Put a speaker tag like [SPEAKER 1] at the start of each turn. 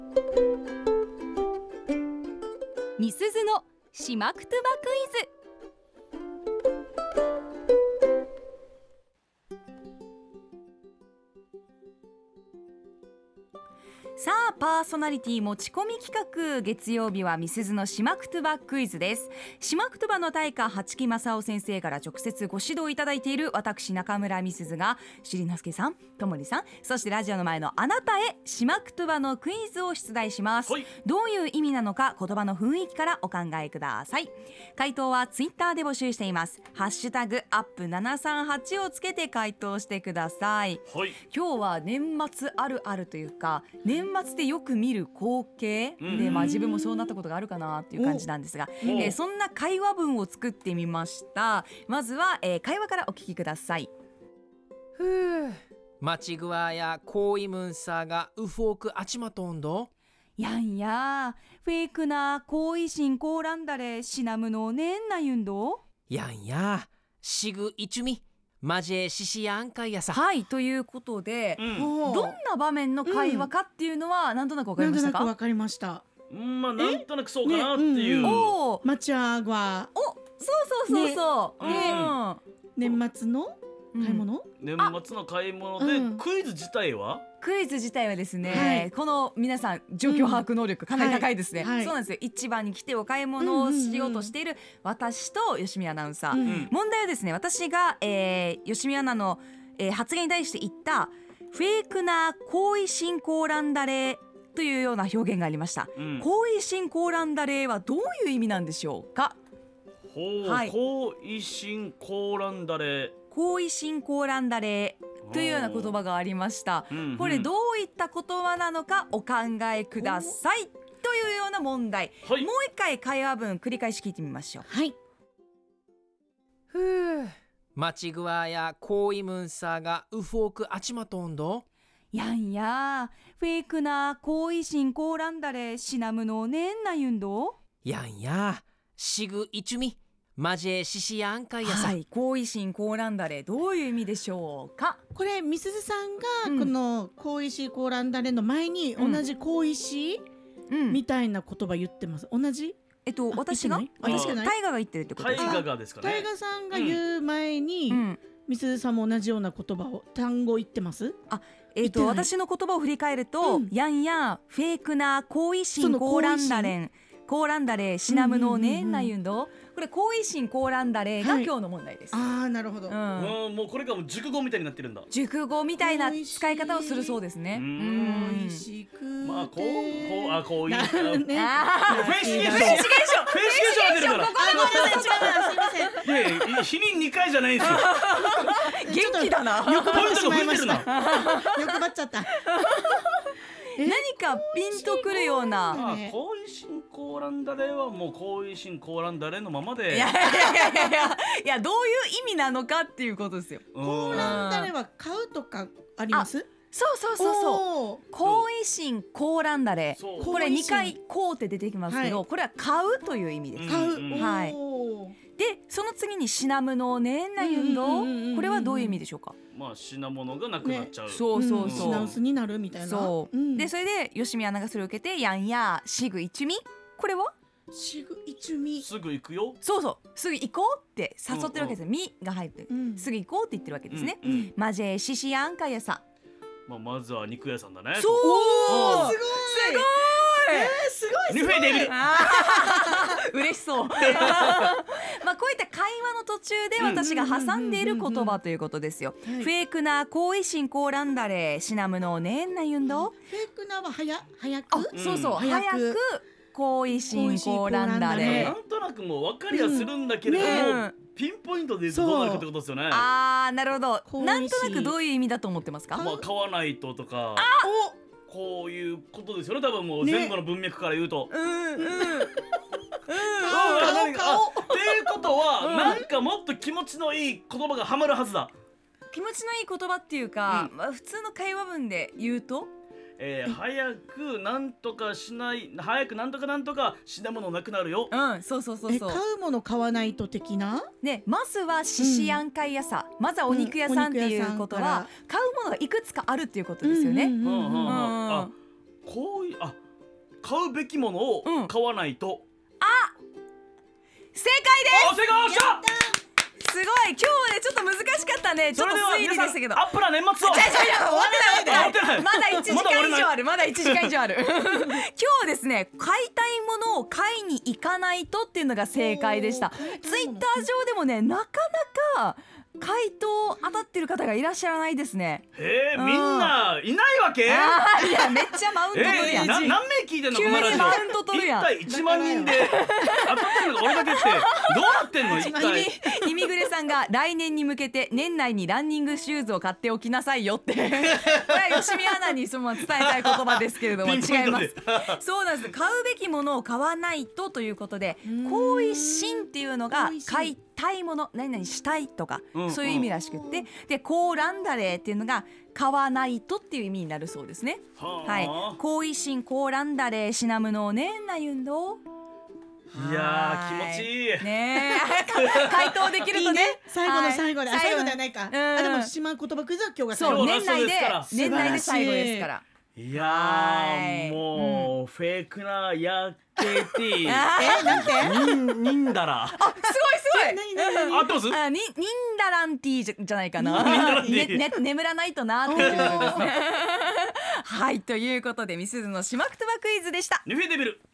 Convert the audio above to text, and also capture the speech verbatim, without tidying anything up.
[SPEAKER 1] みすずのしまくとばクイズ。さあ、パーソナリティ持ち込み企画、月曜日はみすずのしまくとばクイズです。しまくとばの大家八木正夫先生から直接ご指導いただいている私中村みすずが、しりなすけさん、ともりさん、そしてラジオの前のあなたへしまくとばのクイズを出題します、はい、どういう意味なのか言葉の雰囲気からお考えください。回答はツイッターで募集しています。ハッシュタグアップななさんはちをつけて回答してください、はい、今日は年末あるあるというか、年末でよく見る光景で、まあ、自分もそうなったことがあるかなっていう感じなんですが、えー、そんな会話文を作ってみました。まずは、えー、会話からお聞きください。
[SPEAKER 2] ふう、町ぐわやこいむんさがうふおくあちまとんど
[SPEAKER 1] やんやフェイクなこいしんこうらんだれしなむのねんなゆんど
[SPEAKER 2] やんやしぐいちゅみマジェシシヤンカイやさ。
[SPEAKER 1] はい、ということで、うん、どんな場面の会話かっていうのはなんとなくわかりましたか？
[SPEAKER 3] なんとなくわかりました。
[SPEAKER 4] うん、まあなんとなくそうかなっていう、ね、うん、
[SPEAKER 3] おマチャガ
[SPEAKER 1] お、そうそうそうそう、ね
[SPEAKER 3] ね、年末の買い物、
[SPEAKER 4] うん、年末の買い物で、うん、クイズ自体は
[SPEAKER 1] クイズ自体はですね、はい、この皆さん状況把握能力かなり高いですね、
[SPEAKER 3] うんはいはい、
[SPEAKER 1] そうなんですよ。市場に来てお買い物をしようとしている私と吉見アナウンサー、うん、問題はですね、私が、えー、吉見アナの、えー、発言に対して言ったフェイクな行為進行乱だれというような表現がありました、うん、行為進行乱だれはどういう意味なんでしょうか？
[SPEAKER 4] ほう、はい、行為進行乱だれ
[SPEAKER 1] 行為進行乱だれというような言葉がありました、うんうん、これどういった言葉なのかお考えくださいというような問題、はい、もう一回会話文繰り返し聞いてみましょう。
[SPEAKER 3] はい。
[SPEAKER 2] ふう、町ぐわやこいむんさがうふおくあちまとんど
[SPEAKER 1] やんやフェイクな行為進行乱だれしなむのねんなゆんど
[SPEAKER 2] やんやしぐいちゅみマジェシシヤンカイやさ。
[SPEAKER 1] はい、行為進行乱だれどういう意味でしょうか？
[SPEAKER 3] これみすずさんがこの行為進行乱だれの前に同じ行為し、うん、みたいな言葉言ってます。同じ？
[SPEAKER 1] えっと私が私が大河が言ってるってことですか？
[SPEAKER 4] 大河ですかね。
[SPEAKER 3] 大河さんが言う前に、うん、みすずさんも同じような言葉を単語言ってます？
[SPEAKER 1] あ、えっと私の言葉を振り返ると、うん、やんやフェイクな行為進行乱だれんコーランダレシナムのねんなゆんど、これ行為進コーランダレが今日の問題です、
[SPEAKER 3] はい、ああなるほど、
[SPEAKER 4] うん、もうこれがもう熟語みたいになってるんだ。
[SPEAKER 1] 熟語みたいな使い方をするそうですね。
[SPEAKER 3] おいしくて
[SPEAKER 4] まあこうこうあこういう
[SPEAKER 3] ね、
[SPEAKER 4] フェイシゲーションフェイシゲーションが出るから。
[SPEAKER 3] これごめんなさい、すいません。
[SPEAKER 4] いやいや日ににかいじゃないんですよ。
[SPEAKER 1] 元気だな。
[SPEAKER 3] 欲張ってしまいました。
[SPEAKER 4] 欲
[SPEAKER 3] 張っちゃった。
[SPEAKER 1] 何かピンとくるような。
[SPEAKER 4] 行為進行乱だれはもう行為進行乱だれのままで。
[SPEAKER 1] いやいやいやいやいやいや、どういう意味なのかっていうことですよ。
[SPEAKER 3] 行乱だれは買うとかあります？
[SPEAKER 1] そうそうそうそう。行為進行乱だれ。これにかいこうって出てきますけど、これは買うという意味です。
[SPEAKER 3] 買う。
[SPEAKER 1] はい。でその次に品物ねんなゆんど、これはどういう意味でしょうか？
[SPEAKER 4] まあ品物がなくなっちゃう、
[SPEAKER 1] ね、そうそうそう、
[SPEAKER 3] 品薄になるみたいな。
[SPEAKER 1] そう、うん、でそれで吉見アナがそれを受けてやんやしぐいちみ、これは
[SPEAKER 3] しぐいちみ、
[SPEAKER 4] すぐ行くよ。
[SPEAKER 1] そうそう、すぐ行こうって誘ってるわけですよ、うんうん、みが入って、うん、すぐ行こうって言ってるわけですね、うんうん、マジェシシヤンカやさ、
[SPEAKER 4] まあ、まずは肉屋さんだね。
[SPEAKER 1] そう、
[SPEAKER 3] おー、すごい
[SPEAKER 1] すごい、
[SPEAKER 3] えー、すごい
[SPEAKER 4] ニフェイデビル
[SPEAKER 1] 嬉しそうまあこういった会話の途中で私が挟んでいる言葉ということですよ、うんうんうんうん、フェイクな行為進行乱だれシナムのねんなゆんど、
[SPEAKER 3] フェイクなは早早く、
[SPEAKER 1] あ、そうそう、うん、早く行為進行乱だれ、
[SPEAKER 4] なんとなくもう分かりはするんだけれども、うんね、ピンポイントで言うとどうなるかってことですよね。
[SPEAKER 1] あー、なるほど。なんとなくどういう意味だと思ってますか？
[SPEAKER 4] まあ買わないととか、
[SPEAKER 1] あ
[SPEAKER 4] おこういうことですよね、多分もう前後の文脈から言うと、ね、うんうんうん
[SPEAKER 3] 買おう買おう
[SPEAKER 4] っていうことは、うん、なんかもっと気持ちのいい言葉がはまるはずだ。
[SPEAKER 1] 気持ちのいい言葉っていうか、うん、まあ、普通の会話文で言うと、
[SPEAKER 4] えー、早くなんとかしない早くなんとかなんとか品物なくなるよ。
[SPEAKER 1] うん、そうそうそうそう。
[SPEAKER 3] え、買うもの買わないと的なね、
[SPEAKER 1] まずはシシヤン会屋さ、うん、まずはお肉屋さんっていうことは、うん、買うものがいくつかあるっていうことですよね。
[SPEAKER 4] こういう、あ、 買うべきものを買わないと、
[SPEAKER 1] 正解です。
[SPEAKER 4] あ、正解。よっしゃ。
[SPEAKER 1] すごい、今日はねちょっと難しかったね。ちょっと
[SPEAKER 4] それでは
[SPEAKER 1] 推理で
[SPEAKER 4] 皆さん
[SPEAKER 1] したけど、
[SPEAKER 4] アップな年末を。
[SPEAKER 1] じゃあじゃあじゃあ終わってない終わってない
[SPEAKER 4] 終わってない
[SPEAKER 1] まだいちじかん以上ある、まだいちじかん以上ある今日はですね、買いたいものを買いに行かないとっていうのが正解でした。ツイッター上でもねなかなか回答当たってる方がいらっしゃらないですね。
[SPEAKER 4] へえ、みんないないわけ？
[SPEAKER 1] あー、いやめっちゃマウント取るやん、
[SPEAKER 4] えー、な何名聞いてんの
[SPEAKER 1] 急に
[SPEAKER 4] このラジオ。
[SPEAKER 1] マウント取るやん
[SPEAKER 4] 一体いちまん人で当たってるのが俺だけってどうなってんの一体。
[SPEAKER 1] イミグレさんが来年に向けて年内にランニングシューズを買っておきなさいよってこれは吉見アナにそのまま伝えたい言葉ですけれども違いますそうなんです。買うべきものを買わないとということで、行為心っていうのが買いたいもの、何々したいとか、
[SPEAKER 4] うん、
[SPEAKER 1] そういう意味らしくって、でコーランダレーっていうのが買わないとっていう意味になるそうですね。
[SPEAKER 4] はあ、
[SPEAKER 1] はい、行為心コーランダレーシナムのねんなゆんど
[SPEAKER 4] いやー気持ちいい
[SPEAKER 1] ねえ回答できるとね
[SPEAKER 3] いいね、最後の最後で、
[SPEAKER 1] はい
[SPEAKER 3] あ最後ではないか、
[SPEAKER 1] うん
[SPEAKER 3] あでも島言葉クイズは今日が最
[SPEAKER 1] そう
[SPEAKER 3] 後。
[SPEAKER 1] 年内で
[SPEAKER 4] 素
[SPEAKER 1] 年内で最後ですから
[SPEAKER 4] いや
[SPEAKER 1] はい
[SPEAKER 4] ーもう、フェイクなやけて
[SPEAKER 3] えなんて
[SPEAKER 4] にんにんだら
[SPEAKER 1] あすごいすごい
[SPEAKER 3] 何何何
[SPEAKER 4] 合ってます
[SPEAKER 1] あにニンダランティーじゃじゃないかな。
[SPEAKER 4] ニンダランティー
[SPEAKER 1] ねね眠らないとなっていうことですね。はいということでミスズのしまくとばクイズでした。
[SPEAKER 4] ニュフェデビル